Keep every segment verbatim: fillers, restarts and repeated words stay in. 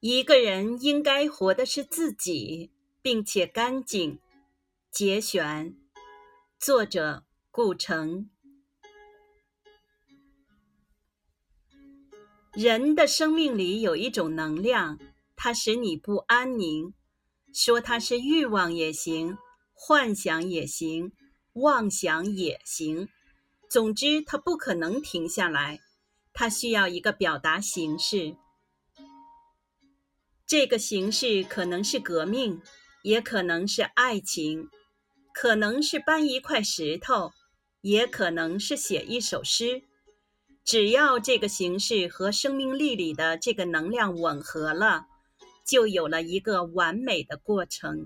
一个人应该活的是自己，并且干净。节选，作者顾城。人的生命里有一种能量，它使你不安宁。说它是欲望也行，幻想也行，妄想也行。总之，它不可能停下来，它需要一个表达形式。这个形式可能是革命，也可能是爱情，可能是搬一块石头，也可能是写一首诗。只要这个形式和生命力里的这个能量吻合了，就有了一个完美的过程。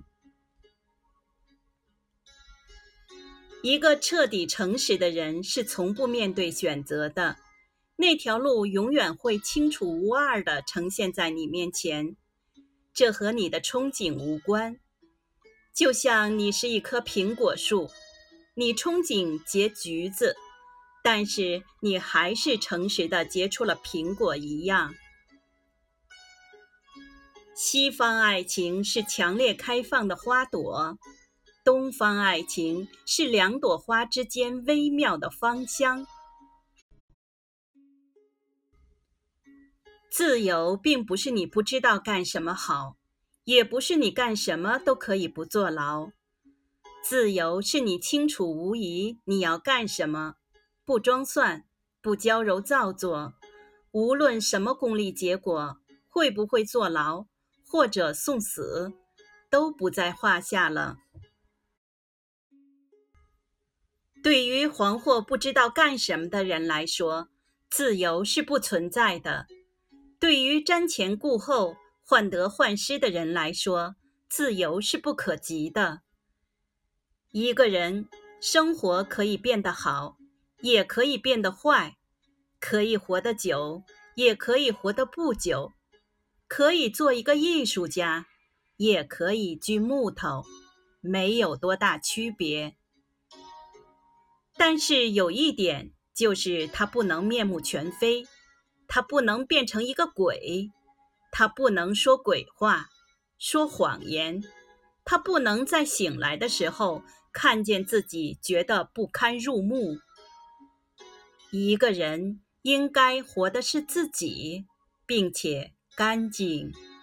一个彻底诚实的人是从不面对选择的，那条路永远会清楚无二地呈现在你面前，这和你的憧憬无关。就像你是一棵苹果树，你憧憬结橘子，但是你还是诚实地结出了苹果一样。西方爱情是强烈开放的花朵，东方爱情是两朵花之间微妙的芳香。自由并不是你不知道干什么好，也不是你干什么都可以不坐牢。自由是你清楚无疑你要干什么，不装蒜，不娇柔造作，无论什么功利结果，会不会坐牢或者送死，都不在话下了。对于惶惑不知道干什么的人来说，自由是不存在的。对于瞻前顾后、患得患失的人来说，自由是不可及的。一个人生活可以变得好，也可以变得坏，可以活得久，也可以活得不久，可以做一个艺术家，也可以锯木头，没有多大区别。但是有一点，就是他不能面目全非，他不能变成一个鬼，他不能说鬼话，说谎言，他不能在醒来的时候看见自己觉得不堪入目。一个人应该活的是自己，并且干净。